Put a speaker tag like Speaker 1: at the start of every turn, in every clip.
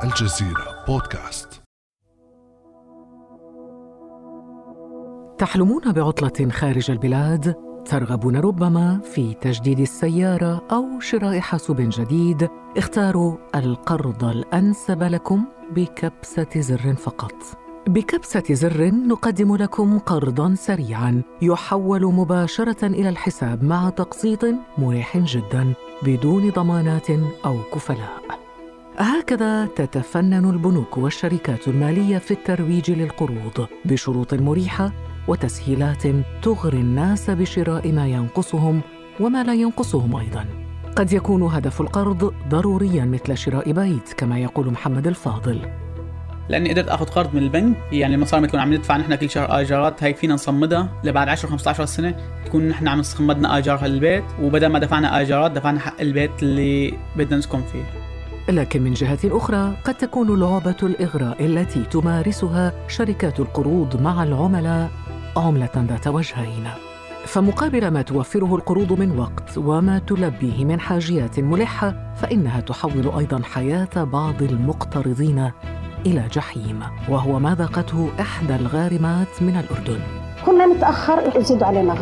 Speaker 1: الجزيرة بودكاست.
Speaker 2: تحلمون بعطلة خارج البلاد؟ ترغبون ربما في تجديد السيارة أو شراء حاسوب جديد؟ اختاروا القرض الأنسب لكم بكبسة زر فقط. بكبسة زر نقدم لكم قرضاً سريعاً يحول مباشرة إلى الحساب مع تقسيط مريح جداً بدون ضمانات أو كفلاء. هكذا تتفنن البنوك والشركات المالية في الترويج للقروض بشروط مريحة وتسهيلات تغري الناس بشراء ما ينقصهم وما لا ينقصهم أيضاً. قد يكون هدف القرض ضرورياً مثل شراء بيت كما يقول محمد الفاضل.
Speaker 3: لاني قدرت اخذ قرض من البنك، يعني المصاري ما تكون عم ندفع نحن كل شهر اجارات، هاي فينا نصمدها لبعد 10 15 سنه تكون نحن عم نصمدنا اجار هالبيت، وبدل ما دفعنا اجارات دفعنا حق البيت اللي بدنا نسكن فيه.
Speaker 2: لكن من جهة أخرى قد تكون لعبة الإغراء التي تمارسها شركات القروض مع العملاء عملة ذات وجهين. فمقابل ما توفره القروض من وقت وما تلبيه من حاجيات ملحة، فإنها تحول أيضاً حياة بعض المقترضين إلى جحيم، وهو ما ذاقته إحدى الغارمات من الأردن.
Speaker 4: كنا نتأخر يزيدوا علينا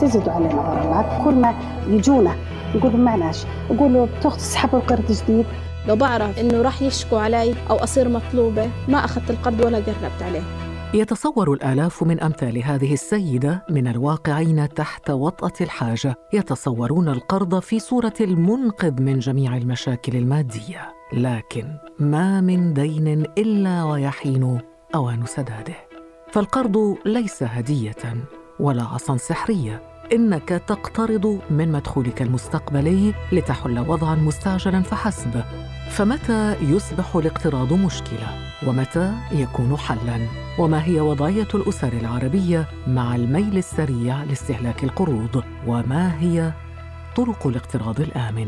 Speaker 4: غرامات، كل ما يجونا يقولوا معناش، يقولوا بتاخذ تسحبوا القرض جديد.
Speaker 5: لو بعرف إنه راح يشكوا علي أو أصير مطلوبة ما أخذت القرض ولا قربت عليه.
Speaker 2: يتصور الآلاف من أمثال هذه السيدة من الواقعين تحت وطأة الحاجة يتصورون القرض في صورة المنقذ من جميع المشاكل المادية، لكن ما من دين إلا ويحين أوان سداده. فالقرض ليس هدية ولا عصا سحرية، إنك تقترض من مدخولك المستقبلي لتحل وضعاً مستعجلاً فحسب. فمتى يصبح الاقتراض مشكلة؟ ومتى يكون حلاً؟ وما هي وضعية الأسر العربية مع الميل السريع لاستهلاك القروض؟ وما هي طرق الاقتراض الآمن؟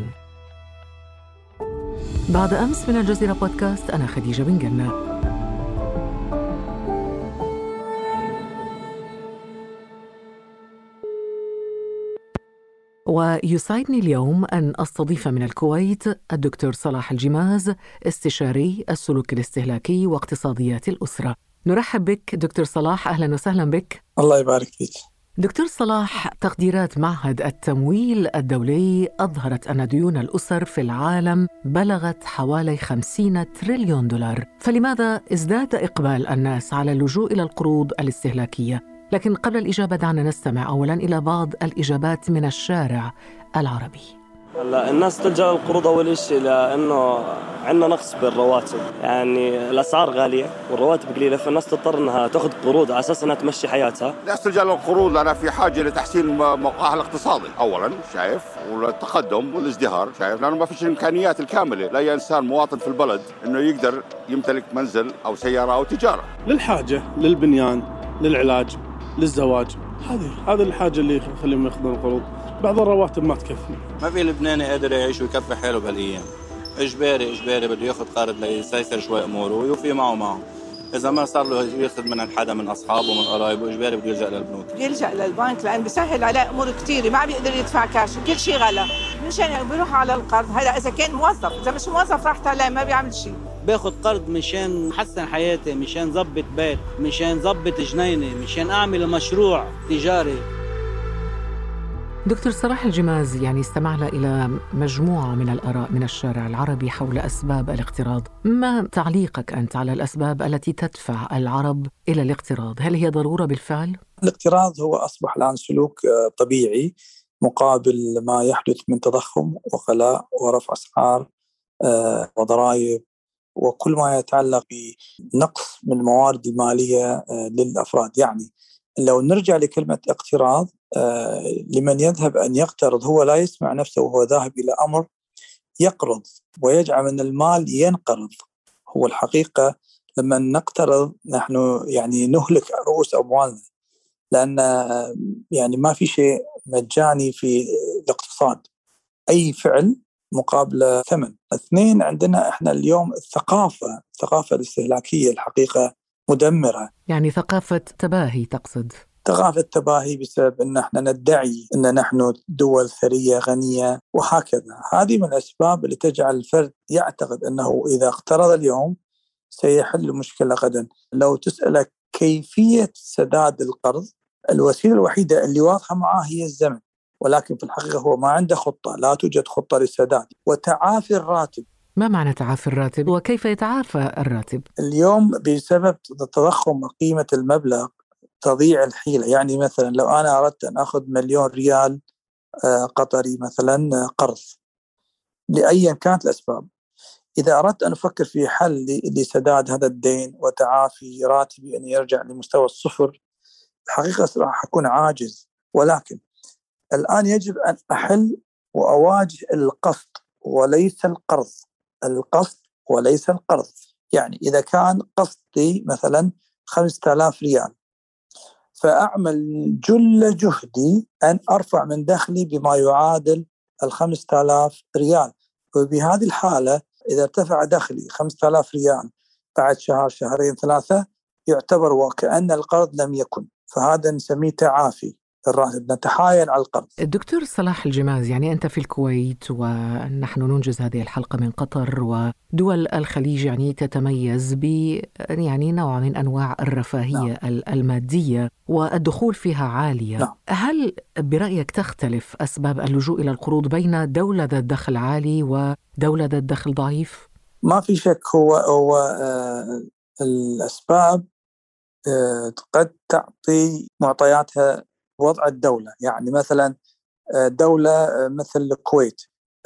Speaker 2: بعد أمس من الجزيرة بودكاست، أنا خديجة بن جنة. ويسعدني اليوم أن أستضيف من الكويت الدكتور صلاح الجماز، استشاري السلوك الاستهلاكي واقتصاديات الأسرة. نرحب بك دكتور صلاح، أهلا وسهلا بك.
Speaker 6: الله يبارك فيك.
Speaker 2: دكتور صلاح، تقديرات معهد التمويل الدولي أظهرت أن ديون الأسر في العالم بلغت حوالي 50 تريليون دولار، فلماذا ازداد إقبال الناس على اللجوء إلى القروض الاستهلاكية؟ لكن قبل الإجابة دعنا نستمع أولاً إلى بعض الإجابات من الشارع العربي.
Speaker 7: هلا الناس تلجأ للقروض أول شيء لأنه عندنا نقص بالرواتب، يعني الأسعار غالية والرواتب قليلة، فالناس تضطر أنها تأخذ قروض على أساس أنها تمشي حياتها.
Speaker 8: الناس تلجأ للقروض لأنها في حاجة لتحسين موقعها الاقتصادي أولاً، شايف، والتقدم والازدهار، شايف، لأنه ما فيش الإمكانيات الكاملة لأي إنسان مواطن في البلد إنه يقدر يمتلك منزل أو سيارة أو تجارة.
Speaker 9: للحاجة، للبنيان، للعلاج، للزواج، هذه الحاجة اللي يخليهم ياخذون القروض. بعض الرواتب ما تكفي.
Speaker 10: ما في لبناني قادر يعيش ويكفي حاله بهالايام. اجباري بده ياخذ قرض ليسير شوي اموره ويوفي معه. اذا ما صار له ياخذ من حدا من اصحابه من قرايبه، اجباري بده يلجأ للبنوك.
Speaker 11: يلجأ للبنك لان بيسهل عليه امور كثيره، ما بيقدر يدفع كاش، كل شيء غلا، مشان بيروح على القرض. هذا اذا كان موظف، اذا مش موظف راح تلاقي ما بيعمل شيء.
Speaker 12: باخد قرض مشان حسن حياتي، مشان ضبط بيت، مشان ضبط جنيني، مشان اعمل مشروع تجاري.
Speaker 2: دكتور صلاح الجماز، يعني استمعنا إلى مجموعة من الآراء من الشارع العربي حول أسباب الاقتراض. ما تعليقك أنت على الأسباب التي تدفع العرب إلى الاقتراض؟ هل هي ضرورة بالفعل؟
Speaker 6: الاقتراض هو أصبح الآن سلوك طبيعي مقابل ما يحدث من تضخم وغلاء ورفع أسعار وضرائب وكل ما يتعلق بنقص من الموارد المالية للأفراد. يعني لو نرجع لكلمة اقتراض، لمن يذهب أن يقترض هو لا يسمع نفسه وهو ذاهب إلى أمر يقرض ويجعل من المال ينقرض. هو الحقيقة لما نقترض نحن يعني نهلك رؤوس أموالنا، لأن يعني ما في شيء مجاني في الاقتصاد، أي فعل مقابل ثمن. اثنين، عندنا إحنا اليوم الثقافة الاستهلاكية الحقيقة مدمرة.
Speaker 2: يعني ثقافة تباهي تقصد؟
Speaker 6: ثقافة تباهي بسبب أن احنا ندعي أن نحن دول ثرية غنية وهكذا. هذه من الأسباب اللي تجعل الفرد يعتقد أنه إذا اقترض اليوم سيحل مشكلة غدا. لو تسألك كيفية سداد القرض، الوسيلة الوحيدة اللي واضحة معاه هي الزمن، ولكن في الحقيقة هو ما عنده خطة، لا توجد خطة للسداد. وتعافي الراتب.
Speaker 2: ما معنى تعافي الراتب وكيف يتعافى الراتب؟
Speaker 6: اليوم بسبب تضخم قيمة المبلغ تضيع الحيلة. يعني مثلا لو أنا أردت أن أخذ 1,000,000 ريال قطري مثلا قرض لأيا كانت الأسباب، إذا أردت أن أفكر في حل لسداد هذا الدين وتعافي راتبي أن يرجع لمستوى الصفر، الحقيقة راح أكون عاجز. ولكن الآن يجب أن أحل وأواجه القصد وليس القرض. القصد وليس القرض. يعني إذا كان قصدي مثلا 5,000 ريال، فأعمل جل جهدي أن أرفع من دخلي بما يعادل 5,000 ريال. وبهذه الحالة إذا ارتفع دخلي 5,000 ريال بعد شهر، شهرين، 3، يعتبر وكأن القرض لم يكن. فهذا نسميه تعافي الراتب، نتحايل على القرض.
Speaker 2: الدكتور صلاح الجماز، يعني أنت في الكويت ونحن ننجز هذه الحلقة من قطر، ودول الخليج يعني تتميز يعني نوع من أنواع الرفاهية المادية والدخول فيها عالية. هل برأيك تختلف أسباب اللجوء إلى القروض بين دولة ذات دخل عالي ودولة ذات دخل ضعيف؟
Speaker 6: ما في شك. هو الأسباب قد تعطي معطياتها وضع الدولة. يعني مثلا دولة مثل الكويت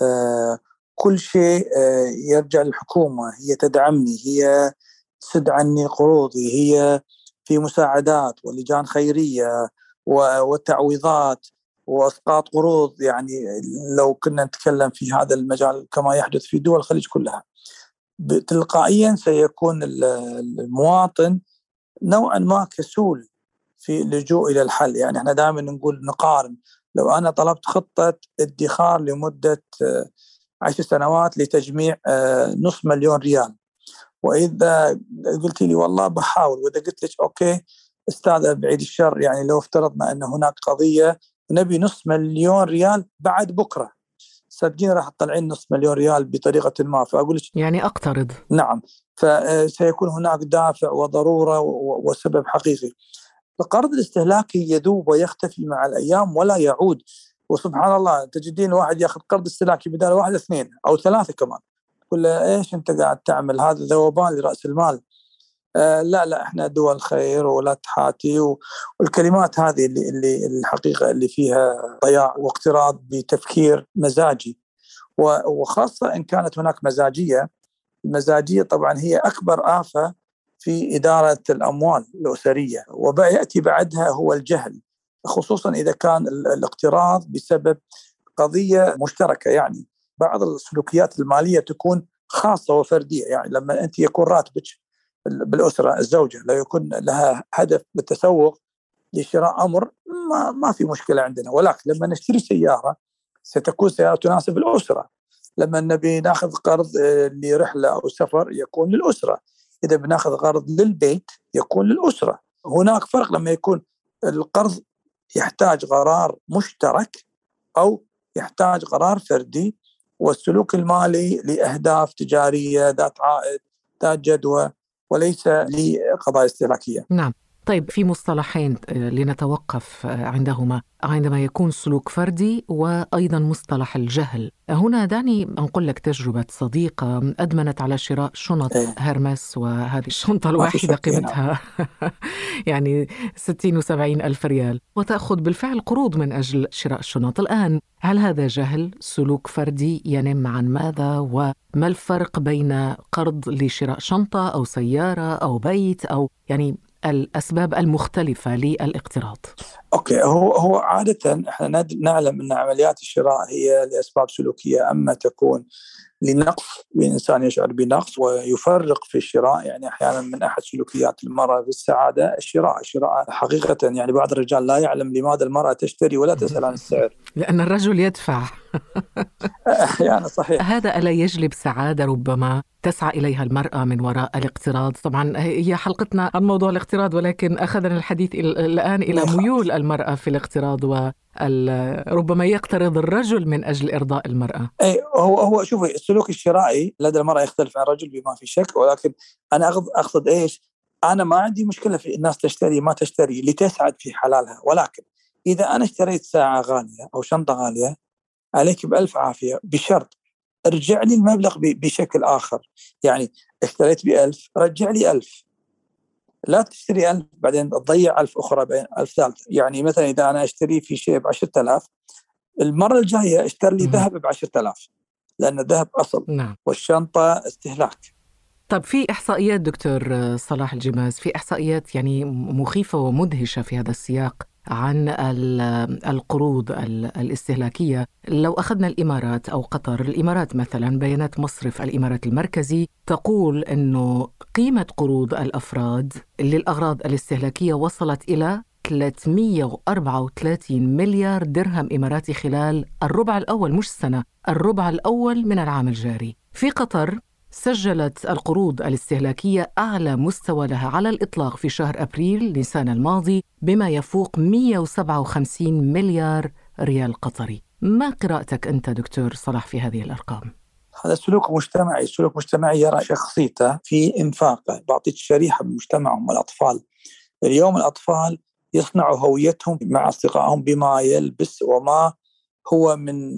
Speaker 6: كل شيء يرجع للحكومة، هي تدعمني، هي تسد عني قروضي، هي في مساعدات ولجان خيرية وتعويضات وأسقاط قروض. يعني لو كنا نتكلم في هذا المجال كما يحدث في دول الخليج كلها، تلقائيا سيكون المواطن نوعا ما كسول في اللجوء إلى الحل. يعني احنا دائما نقول نقارن، لو أنا طلبت خطة ادخار لمدة 10 سنوات لتجميع 500,000 ريال، وإذا قلت لي والله بحاول، وإذا قلت لك أوكي أستاذ بعيد الشر، يعني لو افترضنا أن هناك قضية نبي 500,000 ريال بعد بكرة، صدقين راح تطلعين 500,000 ريال بطريقة ما، فأقول لك
Speaker 2: يعني أقترض.
Speaker 6: نعم، فسيكون هناك دافع وضرورة وسبب حقيقي. القرض الاستهلاكي يذوب ويختفي مع الأيام ولا يعود. وسبحان الله تجدين واحد يأخذ قرض استهلاكي بدال 1 2 أو 3 كمان، تقول له إيش أنت قاعد تعمل؟ هذا ذوبان لرأس المال. لا إحنا دول خير ولا تحاتي والكلمات هذه اللي الحقيقة اللي فيها ضياع واقتراض بتفكير مزاجي، وخاصة إن كانت هناك مزاجية. المزاجية طبعا هي أكبر آفة في إدارة الأموال الأسرية، ويأتي بعدها هو الجهل، خصوصا إذا كان الاقتراض بسبب قضية مشتركة. يعني بعض السلوكيات المالية تكون خاصة وفردية. يعني لما أنت يكون راتبك بالأسرة الزوجة لا يكون لها هدف بالتسوق لشراء أمر، ما في مشكلة عندنا. ولكن لما نشتري سيارة ستكون سيارة تناسب الأسرة. لما نبي ناخذ قرض لرحلة أو سفر يكون للأسرة. إذا بناخذ قرض للبيت يكون للأسرة. هناك فرق لما يكون القرض يحتاج قرار مشترك أو يحتاج قرار فردي، والسلوك المالي لأهداف تجارية ذات عائد ذات جدوى وليس لقضايا استهلاكية.
Speaker 2: نعم. طيب، في مصطلحين لنتوقف عندهما عندما يكون سلوك فردي وأيضا مصطلح الجهل. هنا دعني أنقل لك تجربة صديقة أدمنت على شراء شنط هيرمس، وهذه الشنطة الواحدة قيمتها يعني 60 و70 ألف ريال، وتأخذ بالفعل قروض من أجل شراء الشنط. الآن هل هذا جهل، سلوك فردي ينم عن ماذا؟ وما الفرق بين قرض لشراء شنطة أو سيارة أو بيت، أو يعني الأسباب المختلفة للاقتراض؟
Speaker 6: أوكي، هو عادة احنا نعلم أن عمليات الشراء هي لأسباب سلوكية، أما تكون لنقص، الإنسان يشعر بنقص ويفرق في الشراء. يعني أحيانا من أحد سلوكيات المرأة في السعادة الشراء حقيقة. يعني بعض الرجال لا يعلم لماذا المرأة تشتري ولا تسأل عن السعر،
Speaker 2: لأن الرجل يدفع.
Speaker 6: يعني صحيح.
Speaker 2: هذا ألا يجلب سعادة ربما تسعى إليها المرأة من وراء الاقتراض؟ طبعا هي حلقتنا عن موضوع الاقتراض، ولكن أخذنا الحديث الآن إلى ميول المرأة في الاقتراض ربما يقترض الرجل من أجل إرضاء المرأة.
Speaker 6: أي هو شوفي السلوك الشرائي لدى المرأة يختلف عن الرجل بما في شك، ولكن أنا أقصد إيش؟ أنا ما عندي مشكلة في الناس تشتري ما تشتري لتسعد في حلالها، ولكن إذا أنا اشتريت ساعة غالية أو شنطة غالية عليك بألف عافية، بشرط ارجع لي المبلغ بشكل آخر. يعني اشتريت ب1000 رجع لي 1000، لا تشتري 1000 بعدين تضيع 1000 أخرى بعدين 1000 ثالثة. يعني مثلا إذا أنا أشتري في شيء ب10,000 المرة الجاية اشتري لي ذهب ب10,000 لأن الذهب أصل.
Speaker 2: نعم.
Speaker 6: والشنطة استهلاك.
Speaker 2: طب في إحصائيات دكتور صلاح الجماز، في إحصائيات يعني مخيفة ومدهشة في هذا السياق عن القروض الاستهلاكية. لو أخذنا الإمارات أو قطر، الإمارات مثلا بيانات مصرف الإمارات المركزي تقول أنه قيمة قروض الأفراد للأغراض الاستهلاكية وصلت إلى 334 مليار درهم إماراتي خلال الربع الأول، مش السنة، الربع الأول من العام الجاري. في قطر سجلت القروض الاستهلاكية أعلى مستوى لها على الإطلاق في شهر أبريل نيسان الماضي بما يفوق 157 مليار ريال قطري. ما قراءتك أنت دكتور صلاح في هذه الأرقام؟
Speaker 6: هذا سلوك مجتمعي، سلوك مجتمعي يرى شخصيته في إنفاقه. بعطيك شريحة من مجتمعهم الأطفال. اليوم الأطفال يصنعوا هويتهم مع أصدقائهم بما يلبس وما هو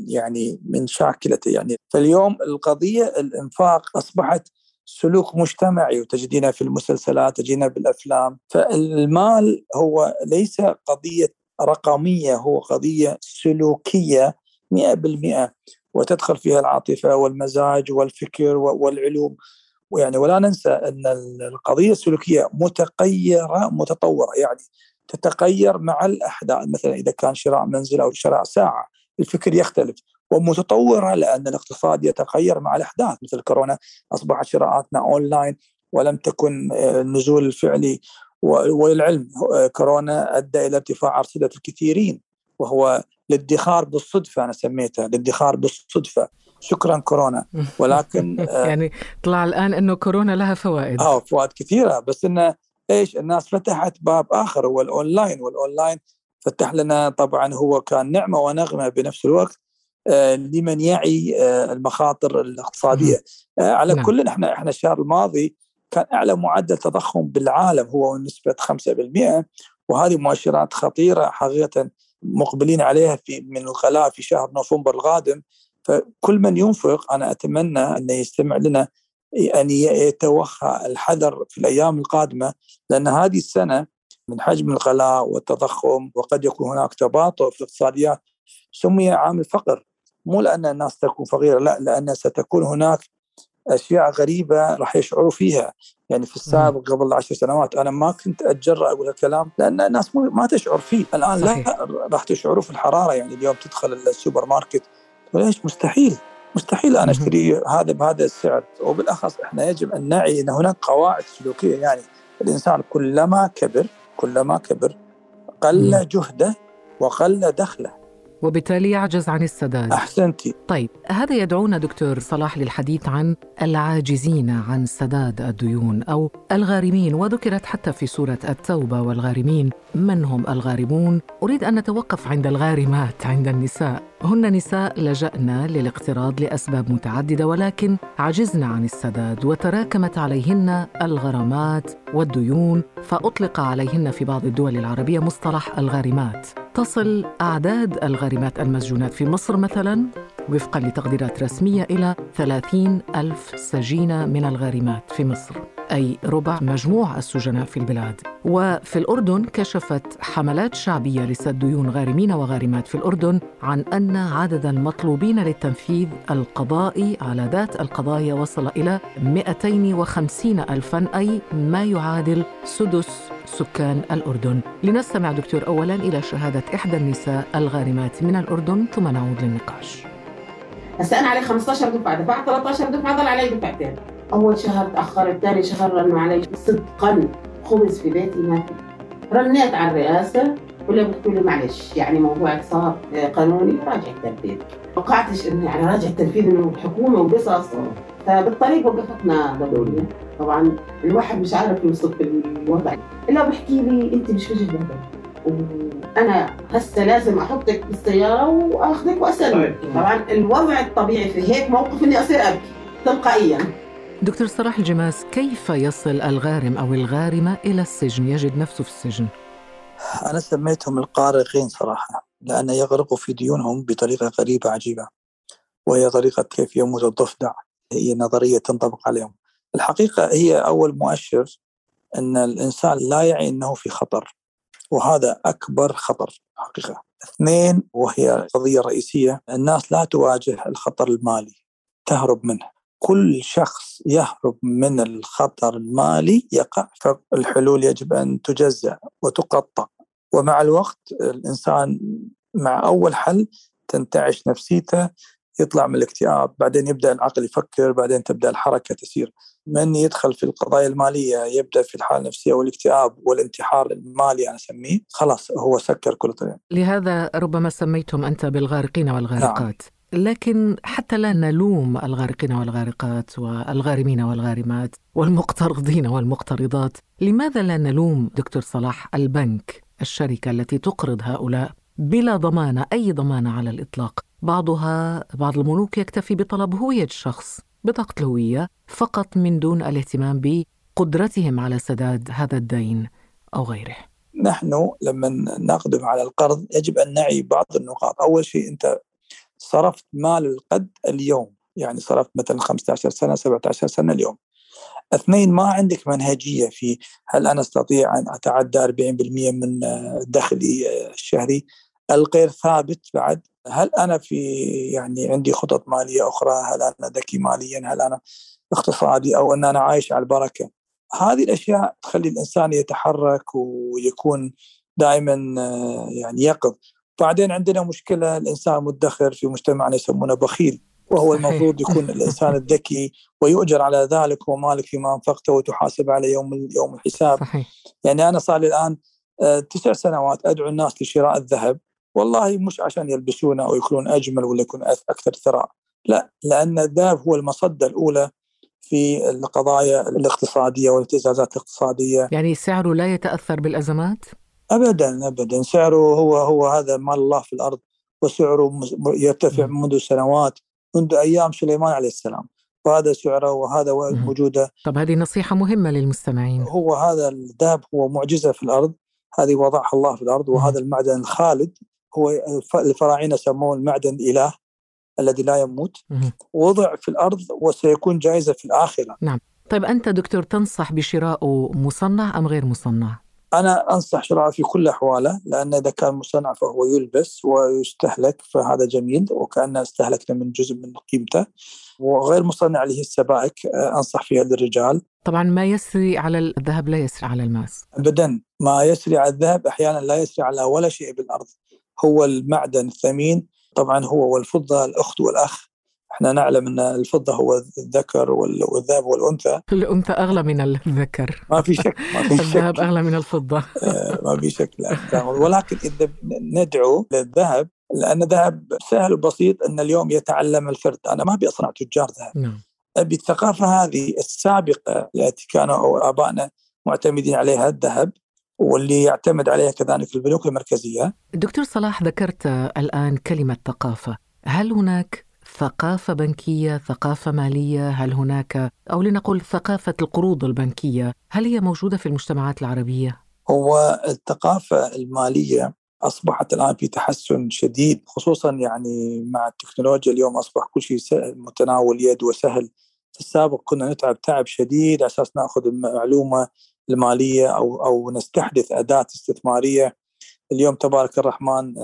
Speaker 6: من شاكلته. يعني فاليوم القضية الإنفاق أصبحت سلوك مجتمعي، وتجدينا في المسلسلات، تجدينا بالأفلام. فالمال هو ليس قضية رقمية، هو قضية سلوكية 100%، وتدخل فيها العاطفة والمزاج والفكر والعلوم. ويعني ولا ننسى أن القضية السلوكية متغيرة متطورة، يعني تتغير مع الأحداث. مثلا إذا كان شراء منزل أو شراء ساعة الفكر يختلف، ومتطورة لأن الاقتصاد يتغير مع الأحداث. مثل كورونا أصبحت شراءاتنا أونلاين ولم تكن النزول الفعلي. والعلم كورونا أدى إلى ارتفاع أرصدة الكثيرين، وهو الادخار بالصدفة. أنا سميتها الادخار بالصدفة. شكرا كورونا. ولكن
Speaker 2: يعني طلع الآن أنه كورونا لها فوائد.
Speaker 6: فوائد كثيرة، بس إنه إيش الناس فتحت باب آخر هو الأونلاين. والأونلاين فتح لنا طبعا، هو كان نعمة ونغمة بنفس الوقت لمن يعي المخاطر الاقتصادية. على كل احنا الشهر الماضي كان أعلى معدل تضخم بالعالم هو نسبة 5%، وهذه مؤشرات خطيرة حقيقة مقبلين عليها من الغلاء في شهر نوفمبر القادم. فكل من ينفق أنا أتمنى أن يستمع لنا، أن يتوخى الحذر في الأيام القادمة، لأن هذه السنة من حجم الغلاء والتضخم، وقد يكون هناك تباطؤ في الاقتصاديات. سمي عام الفقر مو لأن الناس تكون فقيرة، لا، لأن ستكون هناك أشياء غريبة راح يشعروا فيها. يعني في السابق قبل 10 سنوات أنا ما كنت أتجرأ أقول الكلام لأن الناس ما تشعر فيه. الآن صحيح. لا، راح تشعروا في الحرارة. يعني اليوم تدخل السوبر ماركت وليش مستحيل أنا أشتري هذا بهذا السعر. وبالأخص إحنا يجب أن نعي أن هناك قواعد سلوكية. يعني الإنسان كلما كبر قل جهده وقل دخله،
Speaker 2: وبالتالي يعجز عن السداد.
Speaker 6: أحسنتي.
Speaker 2: طيب هذا يدعونا دكتور صلاح للحديث عن العاجزين عن سداد الديون أو الغارمين، وذكرت حتى في سورة التوبة والغارمين. من هم الغارمون؟ أريد أن نتوقف عند الغارمات، عند النساء. هن نساء لجأنا للاقتراض لأسباب متعددة، ولكن عجزنا عن السداد وتراكمت عليهن الغرامات والديون، فأطلق عليهن في بعض الدول العربية مصطلح الغارمات. تصل أعداد الغارمات المسجونات في مصر مثلا وفقا لتقديرات رسمية إلى 30,000 سجينة من الغارمات في مصر، أي ربع مجموع السجناء في البلاد. وفي الأردن كشفت حملات شعبية لسد ديون غارمين وغارمات في الأردن عن أن عدد المطلوبين للتنفيذ القضائي على ذات القضايا وصل إلى 250,000، أي ما يعادل سدس سكان الأردن. لنستمع دكتور أولاً إلى شهادة إحدى النساء الغارمات من الأردن ثم نعود للنقاش.
Speaker 13: هسه أنا علي 15 دفعة، دفعت 13 دفعة، ضل علي دفعتين. أول شهر تأخرت، ثاني شهر رنوا علي. صدقاً خبز في بيتي ما في. رنيت على الرئاسة ولا بتقول لي معلش يعني موضوعك صار قانوني راجع التنفيذ. توقعتش إنه يعني راجع التنفيذ إنه الحكومة وقصص. فبالطريق وقفتنا ضرورية. طبعاً الواحد مش عارف يوصف الوضع إلا بحكي لي أنت مش وجه بهذا أنا هسه لازم أحطك بالسيارة وأخذك وأسلمك. طبعا الوضع الطبيعي في هيك موقف إني أصير أبكي تلقائيا.
Speaker 2: دكتور صلاح الجماس، كيف يصل الغارم أو الغارمة إلى السجن، يجد نفسه في السجن؟
Speaker 6: أنا سميتهم القارقين صراحة، لأن يغرقوا في ديونهم بطريقة غريبة عجيبة، وهي طريقة كيف يموت الضفدع. هي نظرية تنطبق عليهم. الحقيقة هي أول مؤشر أن الإنسان لا يعي أنه في خطر، وهذا أكبر خطر حقيقة. 2، وهي قضية رئيسية، الناس لا تواجه الخطر المالي، تهرب منه. كل شخص يهرب من الخطر المالي يقع. فالحلول يجب أن تجزأ وتقطع، ومع الوقت الإنسان مع أول حل تنتعش نفسيته، يطلع من الاكتئاب، بعدين يبدأ العقل يفكر، بعدين تبدأ الحركة تسير. من يدخل في القضايا المالية يبدأ في الحالة النفسية والاكتئاب والانتحار المالي أنا أسميه، خلاص هو سكر كل طريق.
Speaker 2: لهذا ربما سميتم أنت بالغارقين والغارقات. لكن حتى لا نلوم الغارقين والغارقات والغارمين والغارمات والمقترضين والمقترضات، لماذا لا نلوم دكتور صلاح البنك، الشركة التي تقرض هؤلاء بلا ضمانة، أي ضمانة على الإطلاق؟ بعض البنوك يكتفي بطلب هوية شخص، بطاقة الهوية فقط، من دون الاهتمام بقدرتهم على سداد هذا الدين أو غيره.
Speaker 6: نحن لما نقدم على القرض يجب أن نعي بعض النقاط. أول شيء، أنت صرفت مال القد اليوم، يعني صرفت مثلا 15 سنة 17 سنة اليوم. 2، ما عندك منهجية في هل أنا أستطيع أن أتعدى 40% من دخلي الشهري، الغير ثابت بعد. هل أنا يعني عندي خطط مالية أخرى، هل أنا ذكي ماليا، هل أنا اقتصادي، أو أن أنا عايش على البركة. هذه الأشياء تخلي الإنسان يتحرك ويكون دائما يعني يقظ. بعدين عندنا مشكلة، الإنسان مدخر في مجتمعنا يسمونه بخيل، وهو المفروض يكون الإنسان الذكي ويؤجر على ذلك، ومالك فيما أنفقته وتحاسب على يوم الحساب.
Speaker 2: صحيح.
Speaker 6: يعني أنا صار لي الآن 9 سنوات أدعو الناس لشراء الذهب، والله مش عشان يلبسونه أو يكونون أجمل ولا يكون أكثر ثراء، لا، لأن الذهب هو المصدر الأولى في القضايا الاقتصادية والاهتزازات الاقتصادية.
Speaker 2: يعني سعره لا يتأثر بالأزمات؟
Speaker 6: أبدا أبدا، سعره هو هذا مال الله في الأرض، وسعره يرتفع منذ سنوات، منذ أيام سليمان عليه السلام، وهذا سعره وهذا موجوده.
Speaker 2: طب هذه نصيحة مهمة للمستمعين.
Speaker 6: هو هذا الذهب هو معجزة في الأرض، هذه وضعها الله في الأرض، وهذا المعدن الخالد، هو الفراعنة سموه المعدن الإله الذي لا يموت، وضع في الأرض وسيكون جائزة في الآخرة.
Speaker 2: نعم. طيب أنت دكتور تنصح بشراءه مصنع أم غير مصنع؟
Speaker 6: أنا أنصح شراءه في كل أحواله، لأن إذا كان مصنع فهو يلبس ويستهلك، فهذا جميل وكأنه استهلكنا من جزء من قيمته. وغير مصنع اللي هي السبائك أنصح فيها للرجال.
Speaker 2: طبعا ما يسري على الذهب لا يسري على الماس
Speaker 6: أبدا، ما يسري على الذهب أحيانا لا يسري على ولا شيء بالأرض، هو المعدن الثمين. طبعا هو والفضة الأخت والأخ، احنا نعلم أن الفضة هو الذكر والذهب والأنثى.
Speaker 2: الأنثى أغلى من الذكر،
Speaker 6: ما في شك.
Speaker 2: الذهب أغلى من الفضة.
Speaker 6: ما في شك. ولكن إذا ندعو للذهب، لأن الذهب سهل وبسيط أن اليوم يتعلم الفرد. أنا ما أبي أصنع تجار ذهب، أبي الثقافة هذه السابقة التي كانوا آبائنا معتمدين عليها، الذهب، واللي يعتمد عليها كذلك البنوك المركزية.
Speaker 2: دكتور صلاح، ذكرت الآن كلمة ثقافة. هل هناك ثقافة بنكية، ثقافة مالية؟ هل هناك، أو لنقول ثقافة القروض البنكية، هل هي موجودة في المجتمعات العربية؟
Speaker 6: هو الثقافة المالية أصبحت الآن في تحسن شديد، خصوصا يعني مع التكنولوجيا. اليوم أصبح كل شيء متناول يد وسهل. في السابق كنا نتعب تعب شديد أساس نأخذ المعلومة المالية أو نستحدث أداة استثمارية. اليوم تبارك الرحمن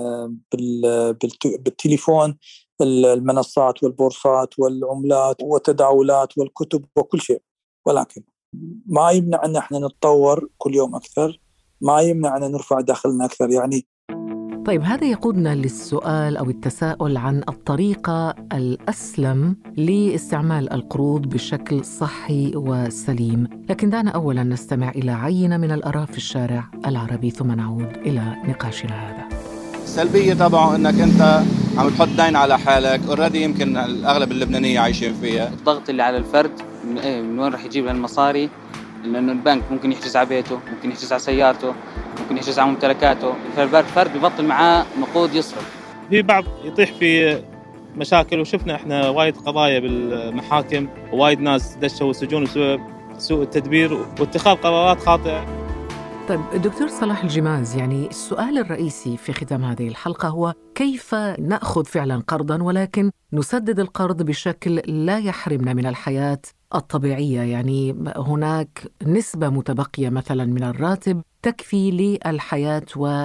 Speaker 6: بالتليفون المنصات والبورصات والعملات والتداولات والكتب وكل شيء، ولكن ما يمنع أن احنا نتطور كل يوم أكثر، ما يمنع أن نرفع دخلنا أكثر يعني.
Speaker 2: طيب هذا يقودنا للسؤال أو التساؤل عن الطريقة الأسلم لاستعمال القروض بشكل صحي وسليم. لكن دعنا أولا نستمع إلى عينة من الآراء في الشارع العربي، ثم نعود إلى نقاشنا هذا.
Speaker 10: السلبية تبعه أنك أنت عم تحط دين على حالك، أوريدي يمكن الأغلب اللبنانية عايشين فيها.
Speaker 14: الضغط اللي على الفرد من وين رح يجيب هالمصاري،
Speaker 12: لأنه البنك ممكن يحجز على بيته، ممكن يحجز على سيارته، ممكن يحجز على ممتلكاته، فالفرد بيبطل معاه نقود يصرف.
Speaker 14: في بعض يطيح في مشاكل، وشفنا احنا وايد قضايا بالمحاكم ووايد ناس دشوا السجون بسبب سوء التدبير واتخاذ قرارات خاطئة.
Speaker 2: طيب دكتور صلاح الجماز، يعني السؤال الرئيسي في ختام هذه الحلقة هو كيف نأخذ فعلا قرضا ولكن نسدد القرض بشكل لا يحرمنا من الحياة الطبيعية؟ يعني هناك نسبة متبقية مثلا من الراتب تكفي للحياة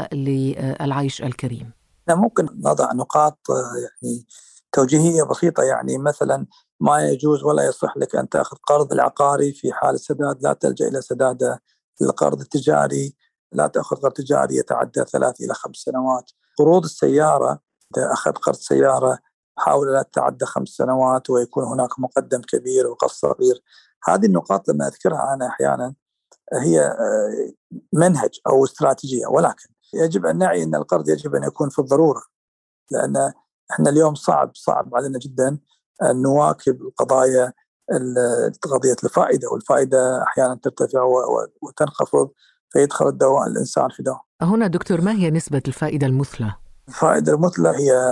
Speaker 2: وللعيش الكريم.
Speaker 6: ممكن نضع نقاط يعني توجيهية بسيطة. يعني مثلا ما يجوز ولا يصح لك أن تأخذ قرض العقاري في حال السداد، لا تلجأ إلى سداده. القرض التجاري لا تأخذ قرض تجاري يتعدى 3 إلى 5 سنوات. قروض السيارة، إذا أخذ قرض سيارة حاول لا تتعدى 5 سنوات ويكون هناك مقدم كبير وقسط صغير. هذه النقاط لما أذكرها أنا أحيانا هي منهج أو استراتيجية، ولكن يجب أن نعي أن القرض يجب أن يكون في الضرورة، لأن إحنا اليوم صعب علينا جدا أن نواكب القضايا، قضية الفائدة، والفائدة أحيانا ترتفع وتنخفض فيدخل الإنسان في دواء.
Speaker 2: هنا دكتور، ما هي نسبة الفائدة المثلى؟
Speaker 6: الفائدة المثلى هي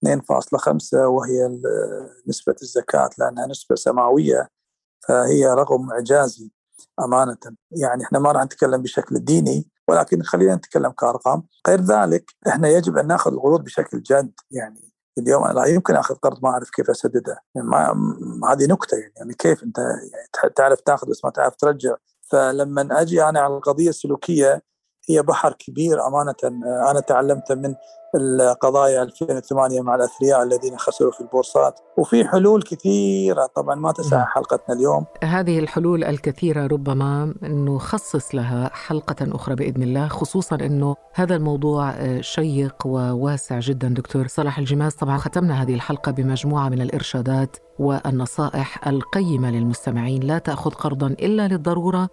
Speaker 6: 2.5 وهي نسبة الزكاة، لأنها نسبة سماوية فهي رقم إعجازي أمانة. يعني إحنا ما راح نتكلم بشكل ديني، ولكن خلينا نتكلم كأرقام. غير ذلك إحنا يجب أن نأخذ القروض بشكل جد. يعني اليوم أنا لا يمكن أخذ قرض ما أعرف كيف أسدده، يعني هذه نكتة. يعني كيف أنت يعني تعرف تأخذ بس ما تعرف ترجع؟ فلما أجي أنا على القضية السلوكية هي بحر كبير أمانة. أنا تعلمت من القضايا 2008 مع الأثرياء الذين خسروا في البورصات، وفي حلول كثيرة طبعا ما تسع حلقتنا اليوم.
Speaker 2: هذه الحلول الكثيرة ربما نخصص لها حلقة أخرى بإذن الله، خصوصا أنه هذا الموضوع شيق وواسع جدا. دكتور صلاح الجماز، طبعا ختمنا هذه الحلقة بمجموعة من الإرشادات والنصائح القيمة للمستمعين. لا تأخذ قرضا إلا للضرورة،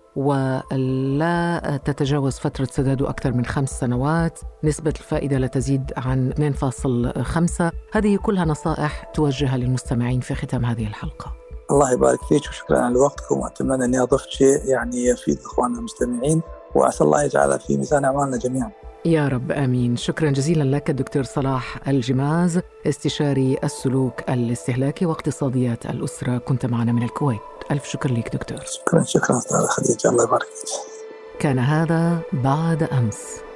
Speaker 2: ولا تتجاوز فترة سداده أكثر من 5 سنوات، نسبة الفائدة لا تزيد عن 2.5. هذه كلها نصائح توجهها للمستمعين في ختام هذه الحلقة.
Speaker 6: الله يبارك فيك وشكرا على وقتكم، وأتمنى أني أضفت شيء يعني يفيد إخواننا المستمعين، وعسى الله يجعلها في ميزان أعمالنا جميعا.
Speaker 2: يا رب آمين. شكرا جزيلا لك دكتور صلاح الجماز، استشاري السلوك الاستهلاكي واقتصاديات الأسرة، كنت معنا من الكويت. ألف شكر لك دكتور.
Speaker 6: شكرا أستاذ خديجة، الله يبارك فيك.
Speaker 2: كان هذا بعد أمس.